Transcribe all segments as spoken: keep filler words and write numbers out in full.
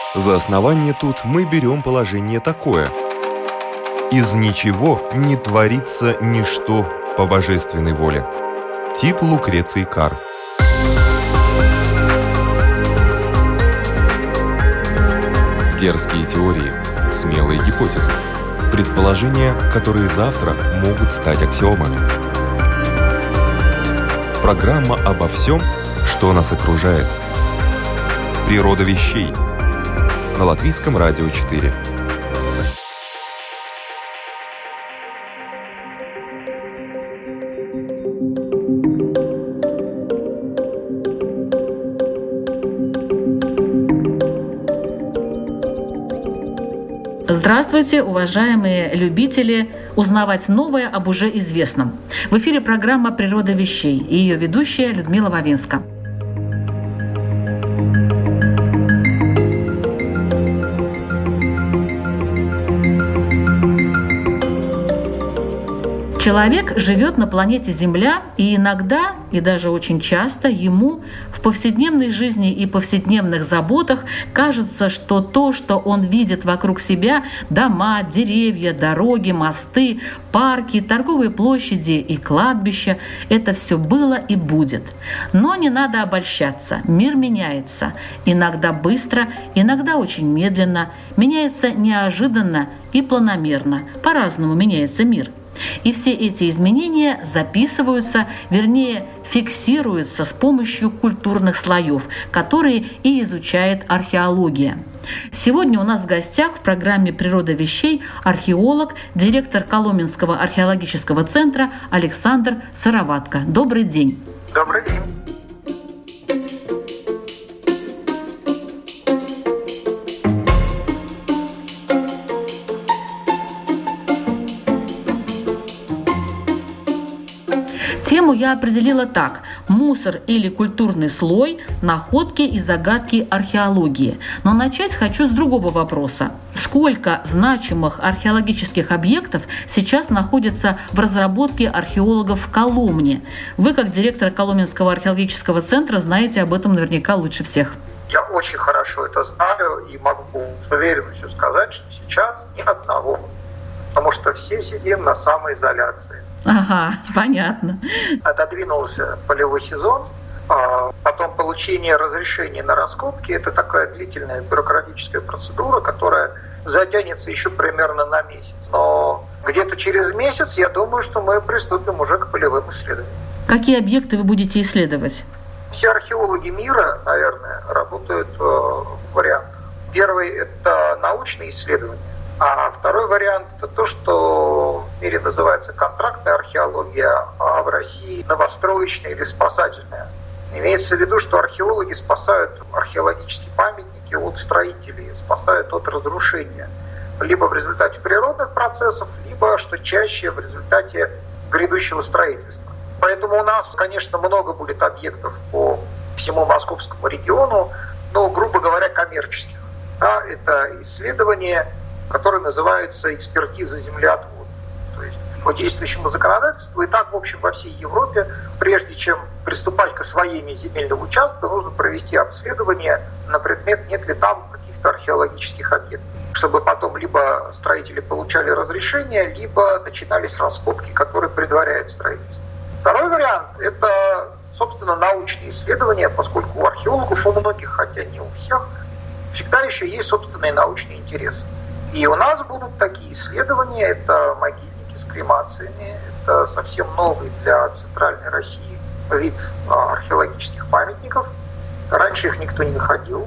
За основание тут мы берем положение такое: «Из ничего не творится ничто по божественной воле». Тит Лукреций Кар. Дерзкие теории, смелые гипотезы, предположения, которые завтра могут стать аксиомами. Программа обо всем, что нас окружает. Природа вещей. На Латвийском радио четыре. Здравствуйте, уважаемые любители узнавать новое об уже известном. В эфире программа «Природа вещей» и ее ведущая Людмила Вавинска. Человек живет на планете Земля, и иногда, и даже очень часто ему в повседневной жизни и повседневных заботах кажется, что то, что он видит вокруг себя — дома, деревья, дороги, мосты, парки, торговые площади и кладбища — это все было и будет. Но не надо обольщаться. Мир меняется. Иногда быстро, иногда очень медленно, меняется неожиданно и планомерно. По-разному меняется мир. И все эти изменения записываются, вернее, фиксируются с помощью культурных слоев, которые и изучает археология. Сегодня у нас в гостях в программе «Природа вещей» археолог, директор Коломенского археологического центра Александр Сыроватко. Добрый день. Добрый день. Тему я определила так: мусор или культурный слой, находки и загадки археологии. Но начать хочу с другого вопроса. Сколько значимых археологических объектов сейчас находится в разработке археологов в Коломне? Вы, как директор Коломенского археологического центра, знаете об этом наверняка лучше всех. Я очень хорошо это знаю и могу с уверенностью сказать, что сейчас ни одного. Потому что все сидим на самоизоляции. Ага, понятно. Отодвинулся полевой сезон, а потом получение разрешения на раскопки — это такая длительная бюрократическая процедура, которая затянется еще примерно на месяц. Но где-то через месяц, я думаю, что мы приступим уже к полевым исследованиям. Какие объекты вы будете исследовать? Все археологи мира, наверное, работают в вариантах. Первый — это научные исследования. А второй вариант – это то, что в мире называется контрактная археология, а в России новостроечная или спасательная. Имеется в виду, что археологи спасают археологические памятники от строителей, спасают от разрушения. Либо в результате природных процессов, либо, что чаще, в результате грядущего строительства. Поэтому у нас, конечно, много будет объектов по всему московскому региону, но, грубо говоря, коммерческих. Да, это исследования, который называется экспертиза землеотвода. То есть по действующему законодательству и так, в общем, во всей Европе, прежде чем приступать к освоению земельного участка, нужно провести обследование на предмет, нет ли там каких-то археологических объектов, чтобы потом либо строители получали разрешение, либо начинались раскопки, которые предваряют строительство. Второй вариант – это, собственно, научные исследования, поскольку у археологов, у многих, хотя не у всех, всегда еще есть собственные научные интересы. И у нас будут такие исследования, это могильники с кремациями, это совсем новый для Центральной России вид археологических памятников. Раньше их никто не находил.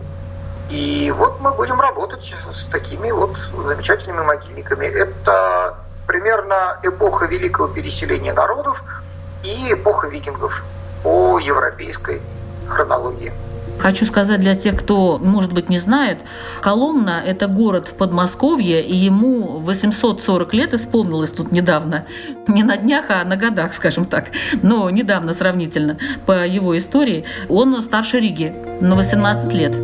И вот мы будем работать с такими вот замечательными могильниками. Это примерно эпоха великого переселения народов и эпоха викингов по европейской хронологии. Хочу сказать для тех, кто, может быть, не знает, Коломна – это город в Подмосковье, и ему восемьсот сорок лет исполнилось тут недавно. Не на днях, а на годах, скажем так. Но недавно сравнительно по его истории. Он старше Риги на восемнадцать лет.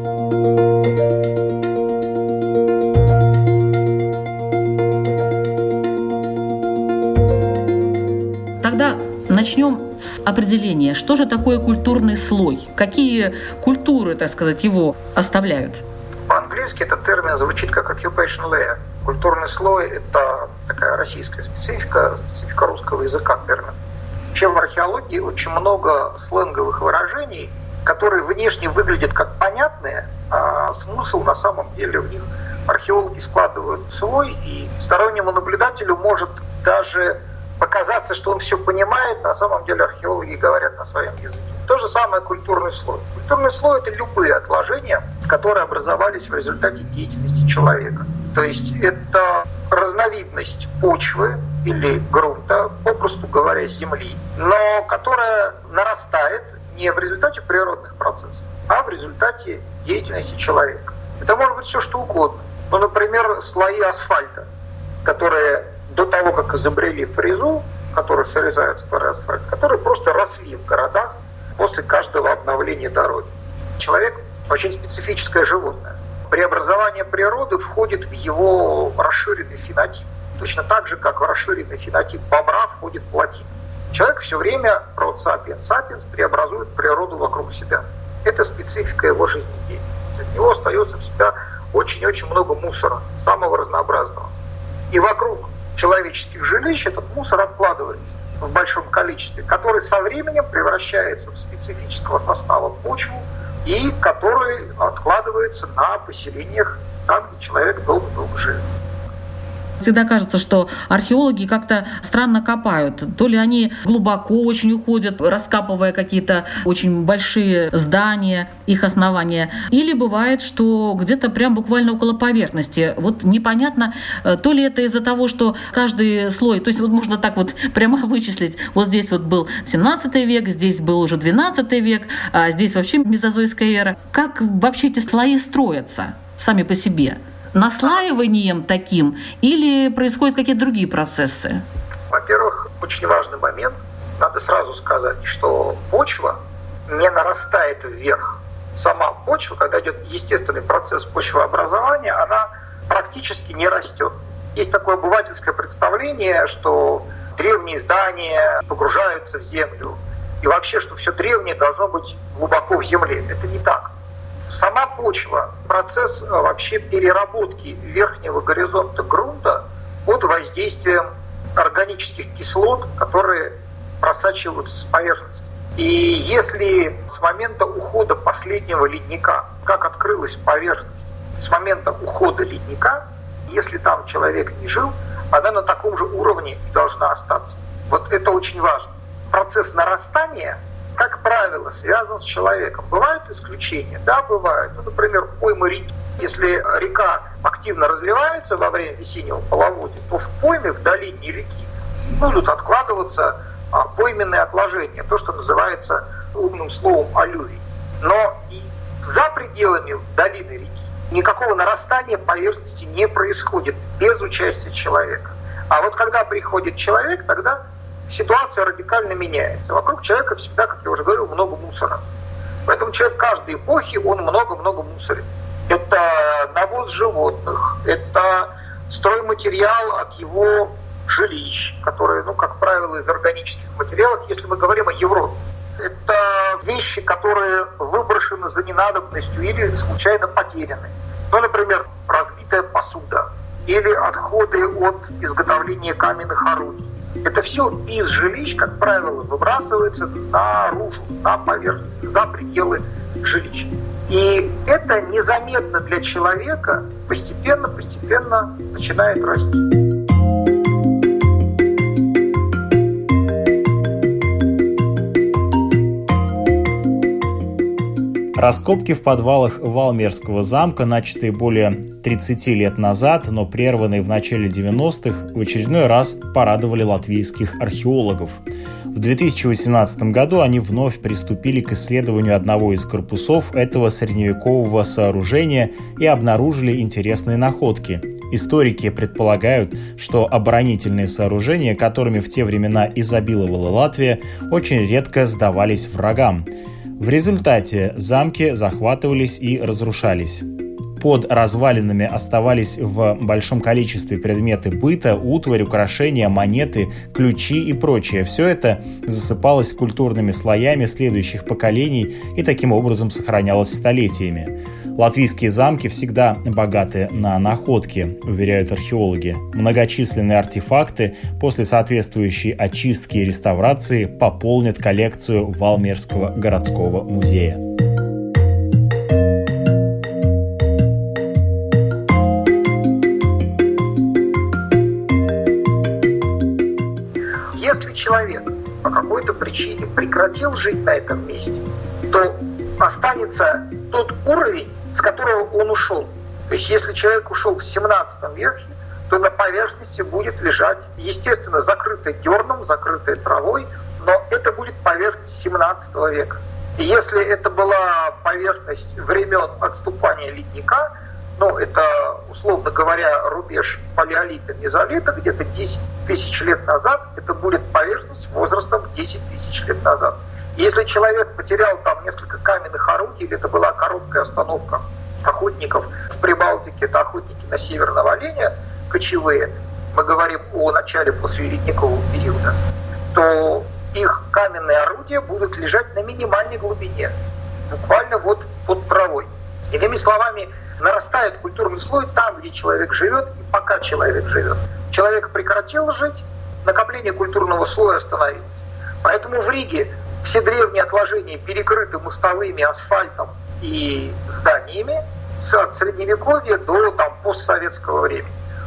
Тогда начнем с определения. Что же такое культурный слой? Какие культуры, так сказать, его оставляют? По-английски По-английски этот термин звучит как occupation layer. Культурный слой – это такая российская специфика, специфика русского языка термин. Вообще в археологии очень много сленговых выражений, которые внешне выглядят как понятные, а смысл на самом деле в них археологи складывают свой, и стороннему наблюдателю может даже показаться, что он все понимает, на самом деле археологи говорят на своем языке. То же самое культурный слой. Культурный слой – это любые отложения, которые образовались в результате деятельности человека. То есть это разновидность почвы или грунта, попросту говоря, земли, но которая нарастает не в результате природных процессов, а в результате деятельности человека. Это может быть все что угодно. Ну, например, слои асфальта, которые до того, как изобрели фрезу, которые срезают старый асфальт, которые просто росли в городах после каждого обновления дороги. Человек очень специфическое животное. Преобразование природы входит в его расширенный фенотип. Точно так же, как в расширенный фенотип бобра входит плотина. Человек все время, род сапиенс сапиенс, преобразует природу вокруг себя. Это специфика его жизнедеятельности. От него остается всегда очень-очень много мусора, самого разнообразного. И вокруг человеческих жилищ этот мусор откладывается в большом количестве, который со временем превращается в специфического состава почву и который откладывается на поселениях там, где человек долго-долго живет. Всегда кажется, что археологи как-то странно копают. То ли они глубоко очень уходят, раскапывая какие-то очень большие здания, их основания. Или бывает, что где-то прям буквально около поверхности. Вот непонятно, то ли это из-за того, что каждый слой, то есть вот можно так вот прямо вычислить, вот здесь вот был семнадцатый век, здесь был уже двенадцатый век, а здесь вообще мезозойская эра. Как вообще эти слои строятся сами по себе? Наслаиванием таким или происходят какие-то другие процессы? Во-первых, очень важный момент. Надо сразу сказать, что почва не нарастает вверх. Сама почва, когда идет естественный процесс почвообразования, она практически не растет. Есть такое обывательское представление, что древние здания погружаются в землю, и вообще, что все древнее должно быть глубоко в земле. Это не так. Сама почва, процесс вообще переработки верхнего горизонта грунта под воздействием органических кислот, которые просачиваются с поверхности. И если с момента ухода последнего ледника, как открылась поверхность, с момента ухода ледника, если там человек не жил, она на таком же уровне должна остаться. Вот это очень важно. Процесс нарастания, как правило, связан с человеком. Бывают исключения? Да, бывают. Ну, например, поймы реки. Если река активно разливается во время весеннего половодья, то в пойме, в долине реки, будут откладываться а, пойменные отложения, то, что называется умным словом аллювий. Но и за пределами долины реки никакого нарастания поверхности не происходит без участия человека. А вот когда приходит человек, тогда ситуация радикально меняется. Вокруг человека всегда, как я уже говорил, много мусора. Поэтому человек каждой эпохи, он много-много мусорит. Это навоз животных, это стройматериал от его жилищ, которые, ну, как правило, из органических материалов, если мы говорим о Европе. Это вещи, которые выброшены за ненадобностью или случайно потеряны. Ну, например, разбитая посуда или отходы от изготовления каменных орудий. Это все из жилищ, как правило, выбрасывается наружу, на поверхность, за пределы жилищ. И это незаметно для человека постепенно-постепенно начинает расти. Раскопки в подвалах Валмерского замка, начатые более тридцати лет назад, но прерванные в начале девяностых, в очередной раз порадовали латвийских археологов. В две тысячи восемнадцатом году они вновь приступили к исследованию одного из корпусов этого средневекового сооружения и обнаружили интересные находки. Историки предполагают, что оборонительные сооружения, которыми в те времена изобиловала Латвия, очень редко сдавались врагам. В результате замки захватывались и разрушались. Под развалинами оставались в большом количестве предметы быта, утварь, украшения, монеты, ключи и прочее. Все это засыпалось культурными слоями следующих поколений и таким образом сохранялось столетиями. Латвийские замки всегда богаты на находки, уверяют археологи. Многочисленные артефакты после соответствующей очистки и реставрации пополнят коллекцию Валмерского городского музея. Если человек по какой-то причине прекратил жить на этом месте, то останется тот уровень, с которого он ушел. То есть если человек ушел в семнадцатом веке, то на поверхности будет лежать, естественно, закрытая дерном, закрытая травой, но это будет поверхность семнадцатого века. И если это была поверхность времен отступания ледника, ну, это, условно говоря, рубеж палеолита, мезолита, где-то десять тысяч лет назад, это будет поверхность возрастом десять тысяч лет назад. Если человек потерял там несколько каменных орудий, или это была короткая остановка охотников в Прибалтике, это охотники на северного оленя, кочевые, мы говорим о начале послеледникового периода, то их каменные орудия будут лежать на минимальной глубине, буквально вот под травой. Иными словами, нарастает культурный слой там, где человек живет, и пока человек живет. Человек прекратил жить, накопление культурного слоя остановилось. Поэтому в Риге все древние отложения перекрыты мостовыми, асфальтом и зданиями от средневековья до там, постсоветского времени.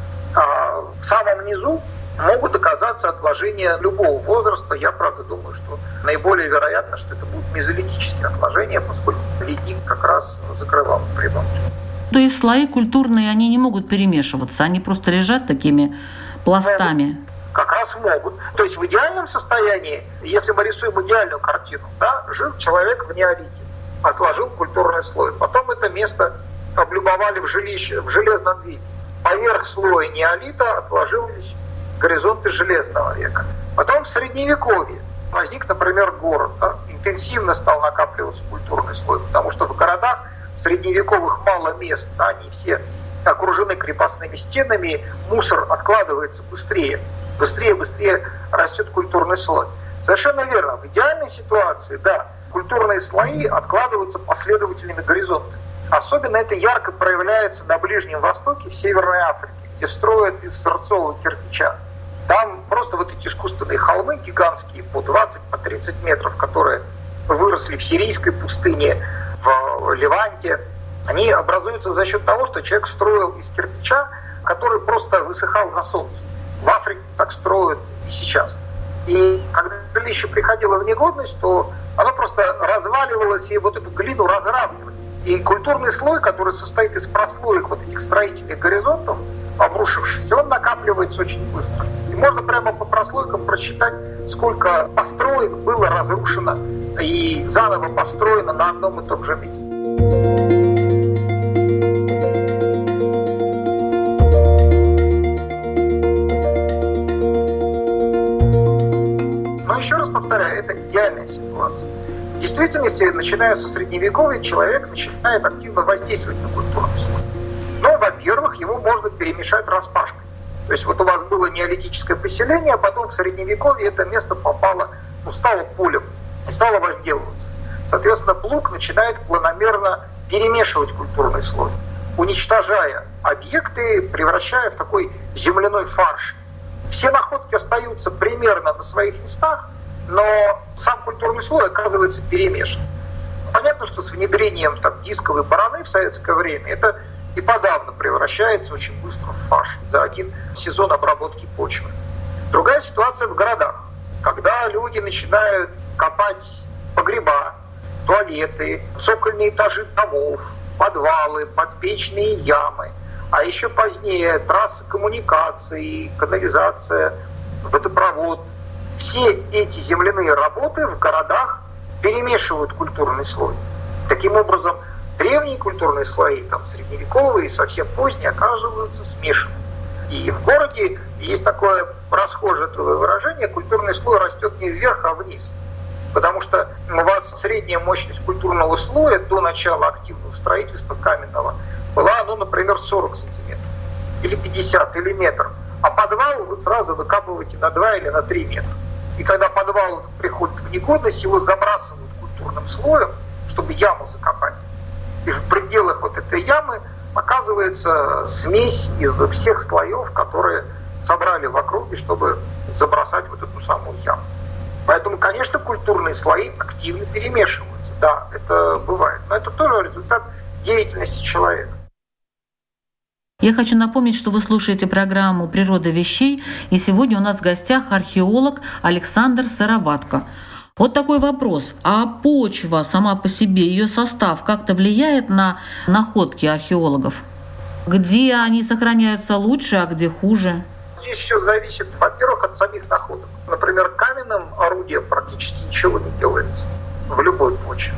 А в самом низу могут оказаться отложения любого возраста. Я, правда, думаю, что наиболее вероятно, что это будут мезолитические отложения, поскольку ледник как раз закрывал Прибалтику. То есть слои культурные, они не могут перемешиваться, они просто лежат такими пластами? Как раз могут. То есть в идеальном состоянии, если мы рисуем идеальную картину, да, жил человек в неолите, отложил культурный слой. Потом это место облюбовали в жилище, в железном виде. Поверх слоя неолита отложились горизонты железного века. Потом в средневековье возник, например, город. Да, интенсивно стал накапливаться культурный слой, потому что в городах средневековых мало мест, да, они все окружены крепостными стенами, мусор откладывается быстрее. Быстрее, быстрее растет культурный слой. Совершенно верно. В идеальной ситуации, да, культурные слои откладываются последовательными горизонтами. Особенно это ярко проявляется на Ближнем Востоке, в Северной Африке, где строят из сырцового кирпича. Там просто вот эти искусственные холмы гигантские по двадцать, по тридцать метров, которые выросли в сирийской пустыне, в Ливанте, они образуются за счет того, что человек строил из кирпича, который просто высыхал на солнце. В Африке так строят и сейчас. И когда жилище приходило в негодность, то оно просто разваливалось, и вот эту глину разравнивали. И культурный слой, который состоит из прослоек вот этих строительных горизонтов, обрушившихся, он накапливается очень быстро. И можно прямо по прослойкам просчитать, сколько построек было разрушено и заново построено на одном и том же месте. Но еще раз повторяю, это идеальная ситуация. В действительности, начиная со средневековья, человек начинает активно воздействовать на культурный слой. Но, во-первых, его можно перемешать распашкой. То есть вот у вас было неолитическое поселение, а потом в средневековье это место попало, ну, стало полем и стало возделываться. Соответственно, плуг начинает планомерно перемешивать культурный слой, уничтожая объекты, превращая в такой земляной фарш. Все находки остаются примерно на своих местах, но сам культурный слой оказывается перемешан. Понятно, что с внедрением там, дисковой бараны в советское время это и подавно превращается очень быстро в фарш за один сезон обработки почвы. Другая ситуация в городах, когда люди начинают копать погреба, туалеты, цокольные этажи домов, подвалы, подпечные ямы, а еще позднее трассы коммуникации, канализация, водопровод. Все эти земляные работы в городах перемешивают культурный слой. Таким образом, древние культурные слои, там, средневековые и совсем поздние, оказываются смешаны. И в городе есть такое расхожее выражение: культурный слой растет не вверх, а вниз. Потому что у вас средняя мощность культурного слоя до начала активного строительства каменного была, ну, например, сорок сантиметров, или пятьдесят, или метр. А подвал вы сразу выкапываете на два или на три метра. И когда подвал приходит в негодность, его забрасывают культурным слоем, чтобы яму закопать. И в пределах вот этой ямы оказывается смесь из всех слоев, которые собрали в округе, чтобы забросать вот эту самую яму. Поэтому, конечно, культурные слои активно перемешиваются. Да, это бывает. Но это тоже результат деятельности человека. Я хочу напомнить, что вы слушаете программу «Природа вещей», и сегодня у нас в гостях археолог Александр Сыроватко. Вот такой вопрос. А почва сама по себе, ее состав как-то влияет на находки археологов? Где они сохраняются лучше, а где хуже? Здесь все зависит, во-первых, от самих находок. Например, каменным орудием практически ничего не делается в любой почве.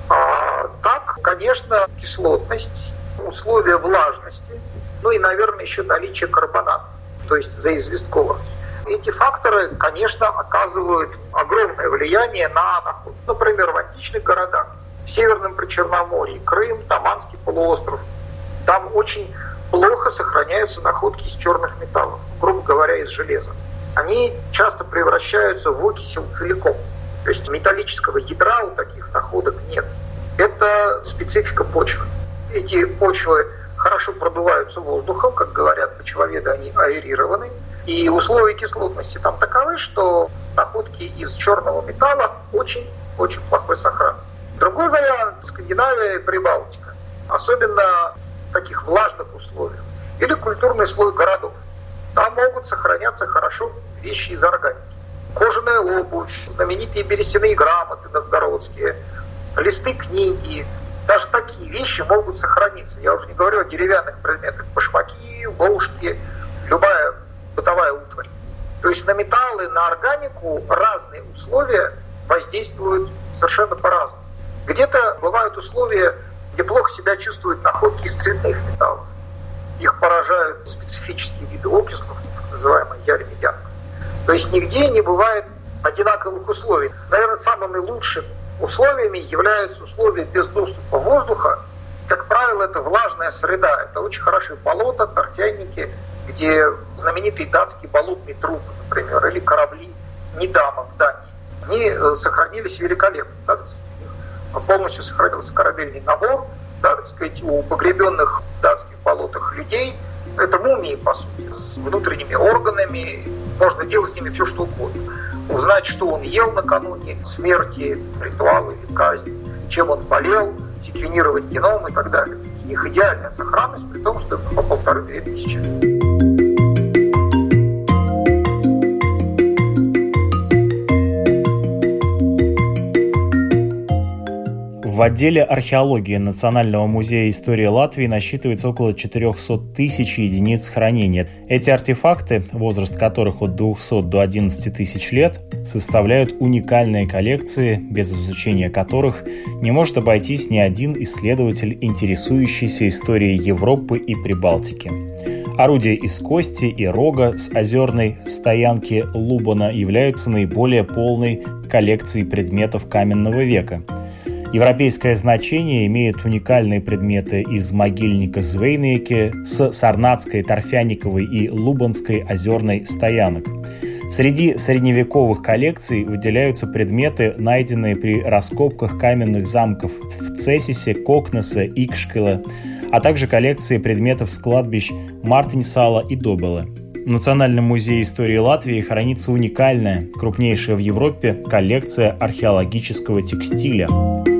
А так, конечно, кислотность, условия влажности, ну и, наверное, еще наличие карбоната, то есть заизвестковых. Эти факторы, конечно, оказывают огромное влияние на находку. Например, в античных городах, в Северном Причерноморье, Крым, Таманский полуостров, там очень плохо сохраняются находки из черных металлов, грубо говоря, из железа. Они часто превращаются в окисел целиком. То есть металлического ядра у таких находок нет. Это специфика почвы. Эти почвы хорошо продуваются воздухом, как говорят почвоведы, они аэрированы. И условия кислотности там таковы, что находки из черного металла очень-очень плохой сохранности. Другой вариант – Скандинавия и Прибалтика. Особенно в таких влажных условиях. Или культурный слой городов. Там могут сохраняться хорошо вещи из органики. Кожаная обувь, знаменитые берестяные грамоты новгородские, листы книги. Даже такие вещи могут сохраниться. Я уже не говорю о деревянных предметах. Башмаки, ложки, любая бытовая утварь. То есть на металлы, на органику разные условия воздействуют совершенно по-разному. Где-то бывают условия, где плохо себя чувствуют находки из цветных металлов. Их поражают специфические виды окислов, так называемая ярь-медянка. То есть нигде не бывает одинаковых условий. Наверное, самыми лучшими условиями являются условия без доступа воздуха. Как правило, это влажная среда. Это очень хорошие болота, торфяники, где знаменитые датские болотные трубы, например, или корабли Недама в Дании. Они сохранились великолепно. Да, полностью сохранился корабельный набор. Да, так сказать, у погребенных в датских болотах людей это мумии, по сути, с внутренними органами. Можно делать с ними все, что угодно. Узнать, что он ел накануне смерти, ритуала или казни, чем он болел, секвенировать геном и так далее. У них идеальная сохранность, при том, что это по полторы-две тысячи. В отделе археологии Национального музея истории Латвии насчитывается около четыреста тысяч единиц хранения. Эти артефакты, возраст которых от двухсот до одиннадцати тысяч лет, составляют уникальные коллекции, без изучения которых не может обойтись ни один исследователь, интересующийся историей Европы и Прибалтики. Орудия из кости и рога с озерной стоянки Лубана являются наиболее полной коллекцией предметов каменного века. Европейское значение имеют уникальные предметы из могильника Звейнеке с Сарнатской, Торфяниковой и Лубанской озерной стоянок. Среди средневековых коллекций выделяются предметы, найденные при раскопках каменных замков в Цесисе, Кокнесе, Икшкеле, а также коллекции предметов с кладбищ Мартинсала и Добеле. В Национальном музее истории Латвии хранится уникальная, крупнейшая в Европе коллекция археологического текстиля.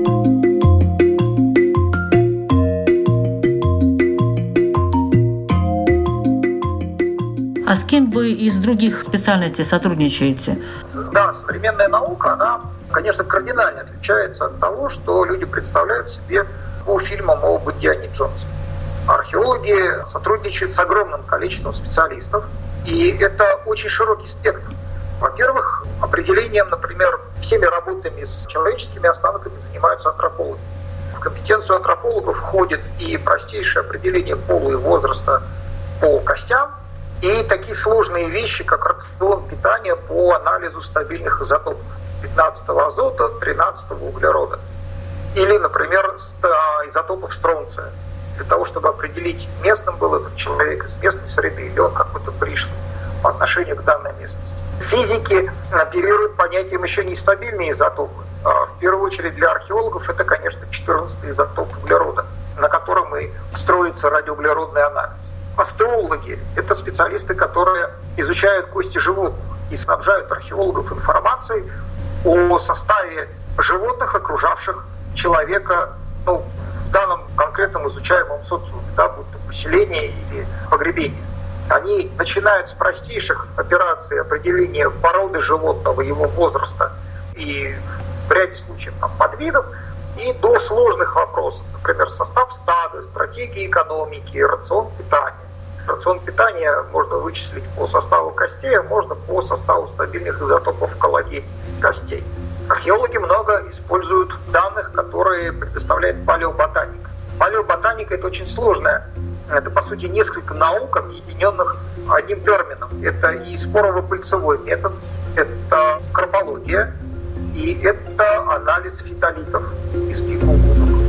А с кем вы из других специальностей сотрудничаете? Да, современная наука, она, конечно, кардинально отличается от того, что люди представляют себе по фильмам об Индиане Джонсе. Археологи сотрудничают с огромным количеством специалистов, и это очень широкий спектр. Во-первых, определением, например, всеми работами с человеческими останками занимаются антропологи. В компетенцию антропологов входит и простейшее определение пола и возраста по костям, и такие сложные вещи, как рацион питания по анализу стабильных изотопов пятнадцатого азота, тринадцатого углерода. Или, например, изотопов стронция. Для того, чтобы определить, местным был этот человек из местной среды или он какой-то пришлый по отношению к данной местности. Физики оперируют понятием еще нестабильные изотопы. В первую очередь для археологов это, конечно, четырнадцатый изотоп углерода, на котором котором и строится радиоуглеродный анализ. Остеологи – это специалисты, которые изучают кости животных и снабжают археологов информацией о составе животных, окружавших человека, ну, в данном конкретном изучаемом социуме, да, будь то поселение или погребение. Они начинают с простейших операций определения породы животного, его возраста и в ряде случаев там, подвидов, и до сложных вопросов, например, состав стада, стратегии экономики, рацион питания. Рацион питания можно вычислить по составу костей, а можно по составу стабильных изотопов коллагена костей. Археологи много используют данных, которые предоставляет палеоботаника. Палеоботаника – это очень сложная, это, по сути, несколько наук, объединенных одним термином. Это и спорово-пыльцевой метод, это карпология, и это анализ фитолитов из гиполгунок.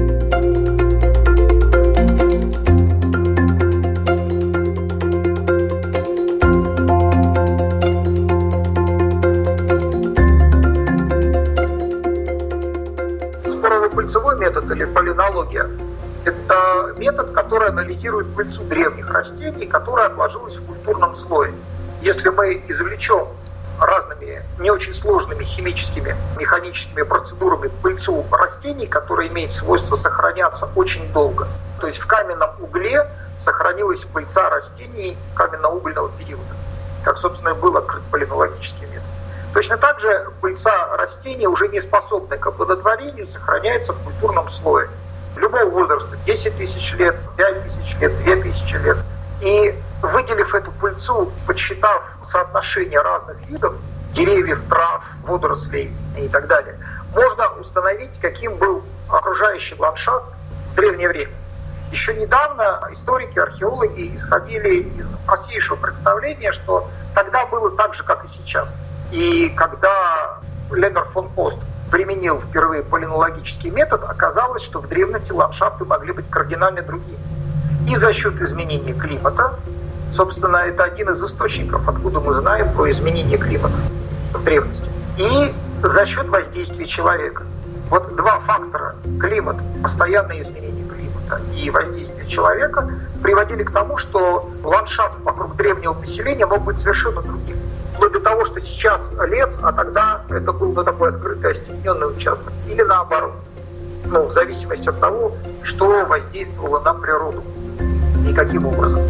Пыльцевой метод или полинология – это метод, который анализирует пыльцу древних растений, которая отложилась в культурном слое. Если мы извлечем разными не очень сложными химическими, механическими процедурами пыльцу растений, которая имеет свойство сохраняться очень долго, то есть в каменном угле сохранилась пыльца растений каменно-угольного периода, как, собственно, и был открыт полинологический метод. Точно так же пыльца растения, уже не способная к оплодотворению, сохраняется в культурном слое. Любого возраста, десять тысяч лет, пять тысяч лет, две тысячи лет. И выделив эту пыльцу, подсчитав соотношение разных видов, деревьев, трав, водорослей и так далее, можно установить, каким был окружающий ландшафт в древнее время. Еще недавно историки, археологи исходили из простейшего представления, что тогда было так же, как и сейчас. И когда Леннер фон Пост применил впервые полинологический метод, оказалось, что в древности ландшафты могли быть кардинально другими. И за счет изменения климата, собственно, это один из источников, откуда мы знаем про изменение климата в древности, и за счет воздействия человека. Вот два фактора – климат, постоянное изменение климата и воздействие человека – приводили к тому, что ландшафт вокруг древнего поселения мог быть совершенно другим. Вплоть до того, что сейчас лес, а тогда это был бы такой открытый, остепненный участок. Или наоборот. Ну, в зависимости от того, что воздействовало на природу и каким образом.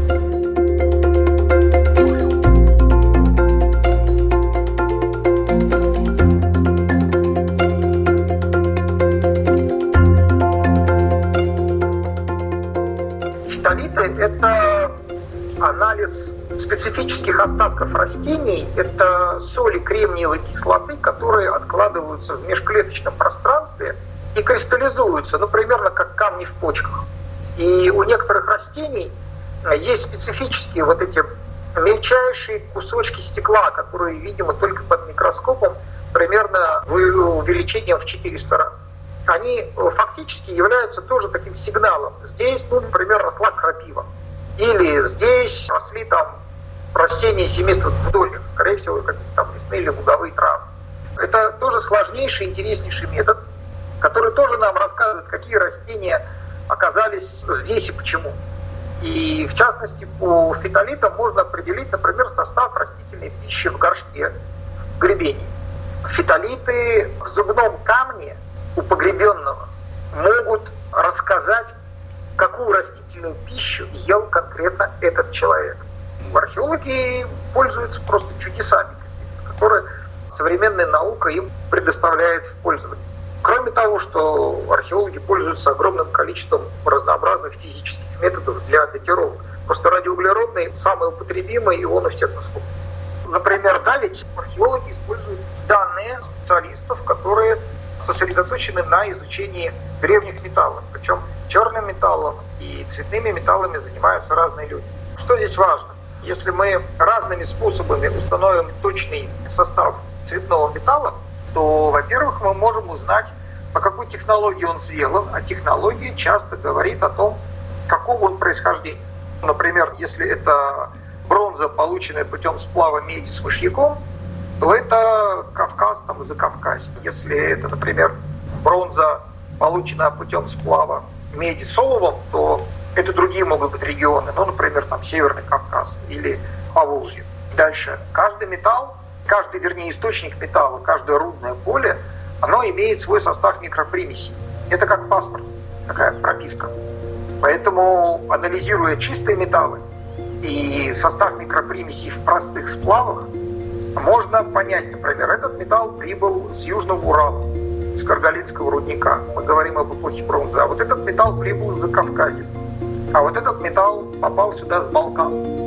Фитолиты – это анализ специфических остатков растений, это соли кремниевой кислоты, которые откладываются в межклеточном пространстве и кристаллизуются, ну, примерно как камни в почках. И у некоторых растений есть специфические вот эти мельчайшие кусочки стекла, которые видимы только под микроскопом, примерно увеличением в четыреста раз. Они фактически являются тоже таким сигналом. Здесь, ну, например, росла крапива. Или здесь росли там растения семейства двудольных, скорее всего, какие-то там лесные или луговые травы. Это тоже сложнейший, интереснейший метод, который тоже нам рассказывает, какие растения оказались здесь и почему. И в частности, по фитолитам можно определить, например, состав растительной пищи в горшке, в гребении. Фитолиты в зубном камне у погребенного могут рассказать, какую растительную пищу ел конкретно этот человек. Археологи пользуются просто чудесами, которые современная наука им предоставляет в пользование. Кроме того, что археологи пользуются огромным количеством разнообразных физических методов для датировок. Просто радиоуглеродный самый употребимый, и он у всех на слуху. Например, давить археологи используют данные специалистов, которые сосредоточены на изучении древних металлов. Причем черным металлом и цветными металлами занимаются разные люди. Что здесь важно? Если мы разными способами установим точный состав цветного металла, то, во-первых, мы можем узнать, по какой технологии он сделан, а технология часто говорит о том, какого он происхождения. Например, если это бронза, полученная путем сплава меди с мышьяком, то это Кавказ, там, Закавказье. Если это, например, бронза, полученная путем сплава меди с оловом, то это другие могут быть регионы, ну, например, там Северный Кавказ или Поволжье. Дальше. Каждый металл, каждый, вернее, источник металла, каждое рудное поле, оно имеет свой состав микропримесей. Это как паспорт, такая прописка. Поэтому, анализируя чистые металлы и состав микропримесей в простых сплавах, можно понять, например, этот металл прибыл с Южного Урала, с Каргалинского рудника. Мы говорим об эпохе бронзы. А вот этот металл прибыл из-за Кавказа. А вот этот металл попал сюда с Балкан.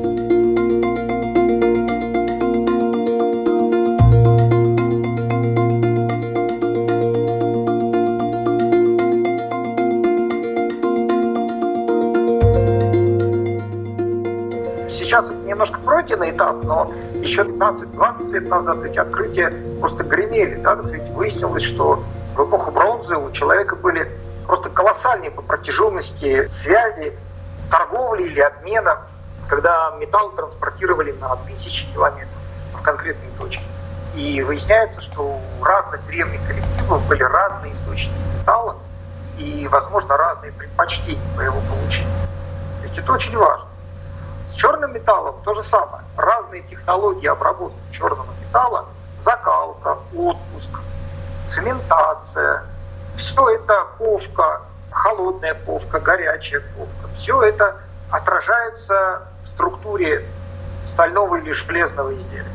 Сейчас это немножко пройденный этап, но еще пятнадцать-двадцать лет назад эти открытия просто гремели. Да? Выяснилось, что в эпоху бронзы у человека были просто колоссальные по протяженности связи, торговли или обмена, когда металл транспортировали на тысячи километров в конкретные точки. И выясняется, что у разных древних коллективов были разные источники металла и, возможно, разные предпочтения по его получению. То есть это очень важно. С черным металлом то же самое. Разные технологии обработки черного металла, закалка, отпуск, цементация, все это ковка, холодная ковка, горячая ковка. Все это отражается в структуре стального или железного изделия.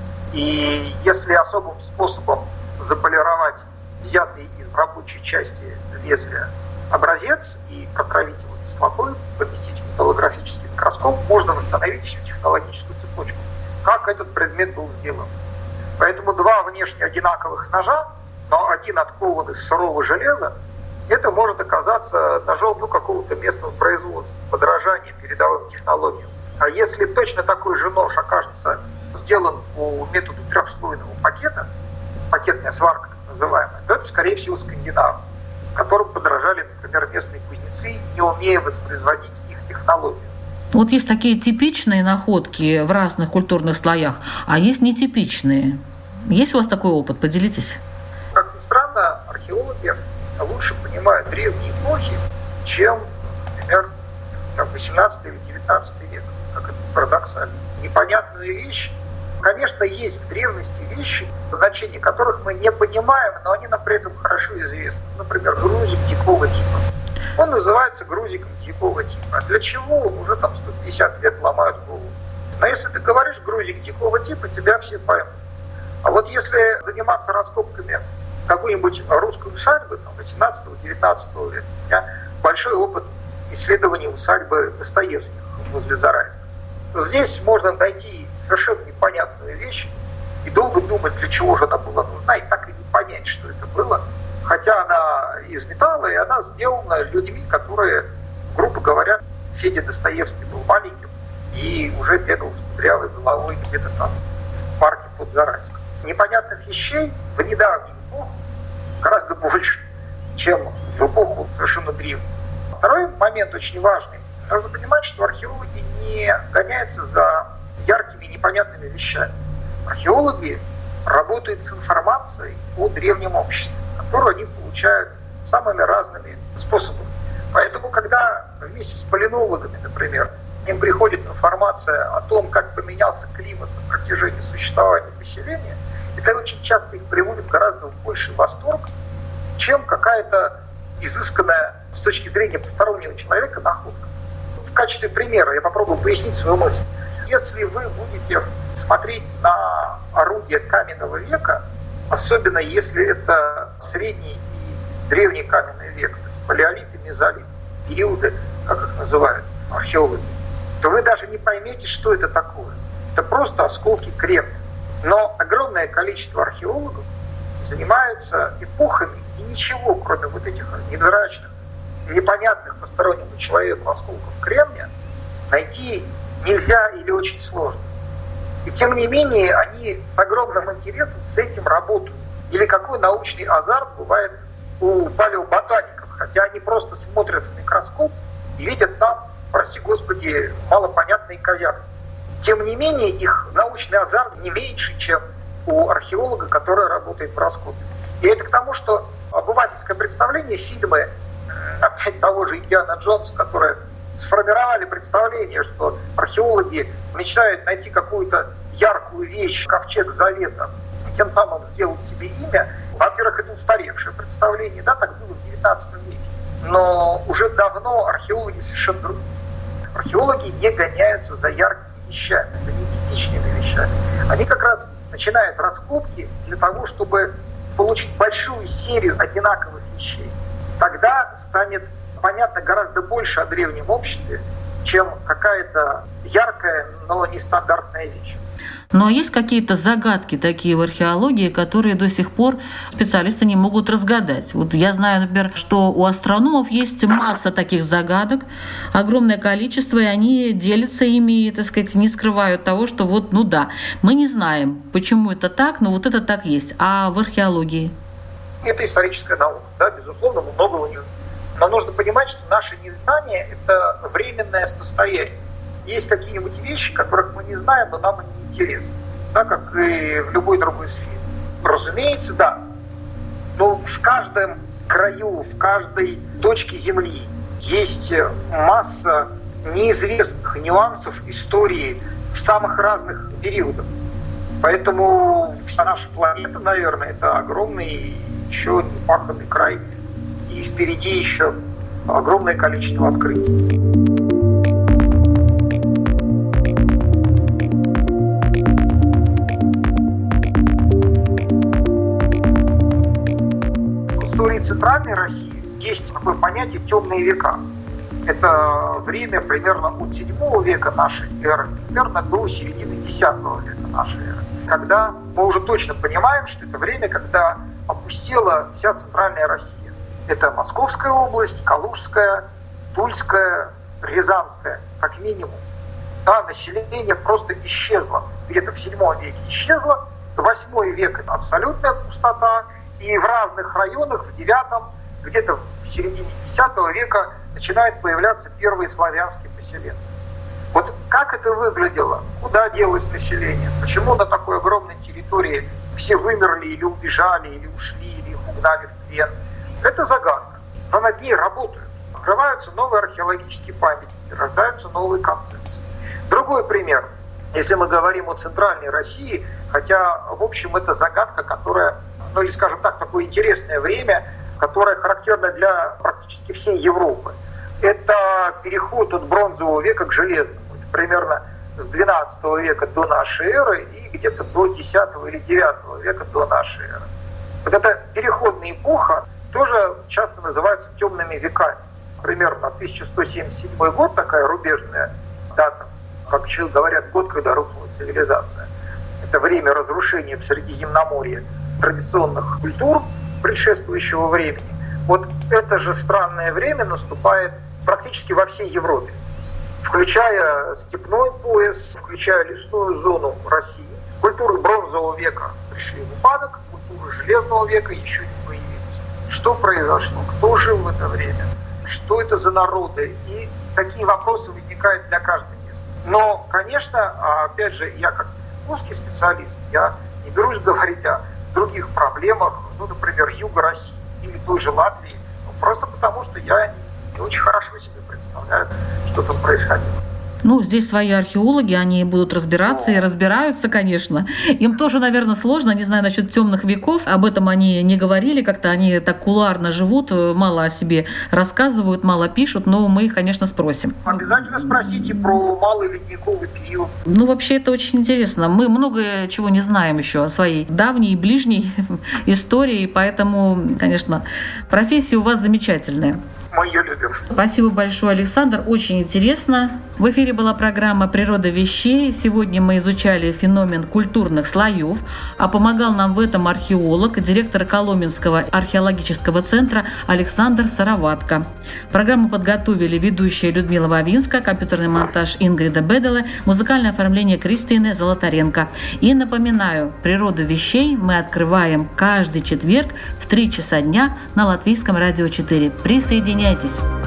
И если особым способом заполировать взятый из рабочей части лезвия образец и прокровить его кислотой, поместить в металлографический микроскоп, можно восстановить всю технологическую цепочку, как этот предмет был сделан. Поэтому два внешне одинаковых ножа, но один откован из сырого железа, это может оказаться ножом ну, какого-то местного производства, подражания передовым технологиям. А если точно такой же нож окажется сделан по методу трехслойного пакета, пакетная сварка так называемая, то это, скорее всего, скандинавы, которым подражали, например, местные кузнецы, не умея воспроизводить их технологию. Вот есть такие типичные находки в разных культурных слоях, а есть нетипичные. Есть у вас такой опыт? Поделитесь. Как ни странно, археологи лучше понимают древние эпохи, чем, например, восемнадцатый или девятнадцатый век. Как это парадоксально. Непонятные вещи. Конечно, есть в древности вещи, значения которых мы не понимаем, но они нам при этом хорошо известны. Например, грузик дикого типа. Он называется грузиком дикого типа. А для чего он уже там сто пятьдесят лет ломают голову? Но если ты говоришь грузик дикого типа, тебя все поймут. А вот если заниматься раскопками какой-нибудь русской усадьбы восемнадцатого-девятнадцатого века, у меня большой опыт исследования усадьбы Достоевских возле Зарайска. Здесь можно найти совершенно непонятные вещи и долго думать, для чего же она была нужна, и так и не понять, что это было. Хотя она из металла, и она сделана людьми, которые, грубо говоря, Федя Достоевский был маленьким и уже бегал с кудрявой головой где-то там в парке под Зарайском. Непонятных вещей в недавнюю эпоху гораздо больше, чем в эпоху совершенно древнюю. Второй момент очень важный. Нужно понимать, что археологи не гоняются за яркими и непонятными вещами. Археологи работают с информацией о древнем обществе, которую они получают самыми разными способами. Поэтому, когда вместе с полинологами, например, им приходит информация о том, как поменялся климат на протяжении существования поселения, это очень часто их приводит гораздо в больший восторг, чем какая-то изысканная с точки зрения постороннего человека находка. В качестве примера я попробую пояснить свою мысль. Если вы будете смотреть на орудия каменного века, особенно если это средний и древний каменный век, то есть палеолит и мезолит, периоды, как их называют археологи, то вы даже не поймете, что это такое. Это просто осколки кремния. Но огромное количество археологов занимаются эпохами, и ничего, кроме вот этих невзрачных, непонятных постороннему человеку осколков кремния, найти нельзя или очень сложно. И тем не менее, они с огромным интересом с этим работают. Или какой научный азарт бывает у палеоботаников, хотя они просто смотрят в микроскоп и видят там, прости господи, малопонятные козявки. Тем не менее, их научный азарт не меньше, чем у археолога, который работает в раскопе. И это к тому, что обывательское представление, фильмы, опять того же Индиана Джонса, которые сформировали представление, что археологи мечтают найти какую-то яркую вещь, ковчег завета, и тем самым сделать себе имя. Во-первых, это устаревшее представление, да, так было в девятнадцатом веке. Но уже давно археологи совершенно другие. Археологи не гоняются за яркими вещами, за нетипичными вещами. Они как раз начинают раскопки для того, чтобы получить большую серию одинаковых вещей. Тогда станет понятно гораздо больше о древнем обществе, чем какая-то яркая, но нестандартная вещь. Но есть какие-то загадки такие в археологии, которые до сих пор специалисты не могут разгадать. Вот я знаю, например, что у астрономов есть масса таких загадок, огромное количество, и они делятся ими и, так сказать, не скрывают того, что вот, ну да, мы не знаем, почему это так, но вот это так есть. А в археологии? Это историческая наука, да, безусловно, мы многого не знаем. Но нужно понимать, что наше незнание – это временное состояние. Есть какие-нибудь вещи, которых мы не знаем, но нам они интересны, так как и в любой другой сфере. Разумеется, да. Но в каждом краю, в каждой точке Земли есть масса неизвестных нюансов истории в самых разных периодах. Поэтому вся наша планета, наверное, это огромный еще непаханный край. И впереди еще огромное количество открытий. В истории Центральной России есть такое понятие «темные века». Это время примерно от седьмого века нашей эры, примерно до середины десятого века нашей эры. Когда мы уже точно понимаем, что это время, когда опустела вся Центральная Россия. Это Московская область, Калужская, Тульская, Рязанская, как минимум. Да, население просто исчезло. Где-то в седьмом веке исчезло, восьмой век – это абсолютная пустота, и в разных районах в девятом, где-то в середине десятого века начинают появляться первые славянские поселенцы. Вот как это выглядело? Куда делось население? Почему на такой огромной территории все вымерли или убежали, или ушли, или их угнали в плен? Это загадка, но над ней работают. Открываются новые археологические памятники, рождаются новые концепции. Другой пример. Если мы говорим о Центральной России, хотя, в общем, это загадка, которая, ну или, скажем так, такое интересное время, которое характерно для практически всей Европы. Это переход от бронзового века к железному. Это примерно с двенадцатого века до нашей эры и где-то до десятого или девятого века до нашей эры. Вот эта переходная эпоха тоже часто называется темными веками. Примерно тысяча сто семьдесят седьмой год, такая рубежная дата, как говорят, год, когда рухнула цивилизация. Это время разрушения в Средиземноморье традиционных культур предшествующего времени. Вот это же странное время наступает практически во всей Европе, включая степной пояс, включая лесную зону России. Культуры бронзового века пришли в упадок, культуры железного века еще не появились. Что произошло? Кто жил в это время? Что это за народы? И такие вопросы возникают для каждой местности. Но, конечно, опять же, я как узкий специалист, я не берусь говорить о других проблемах, ну, например, юга России или той же Латвии, ну, просто потому что я не очень хорошо себе представляю, что там происходило. Ну, здесь свои археологи, они будут разбираться и разбираются, конечно. Им тоже, наверное, сложно, не знаю насчет темных веков, об этом они не говорили, как-то они так кулуарно живут, мало о себе рассказывают, мало пишут, но мы их, конечно, спросим. Обязательно спросите про малый ледниковый период. Ну, вообще, это очень интересно. Мы много чего не знаем еще о своей давней и ближней истории, поэтому, конечно, профессия у вас замечательная. Мы ее любим. Спасибо большое, Александр. Очень интересно. В эфире была программа «Природа вещей». Сегодня мы изучали феномен культурных слоев, а помогал нам в этом археолог, директор Коломенского археологического центра Александр Сыроватко. Программу подготовили ведущая Людмила Вавинска, компьютерный монтаж Ингрида Беделе, музыкальное оформление Кристины Золотаренко. И напоминаю, «Природу вещей» мы открываем каждый четверг в три часа дня на Латвийском радио четыре. Присоединяйтесь!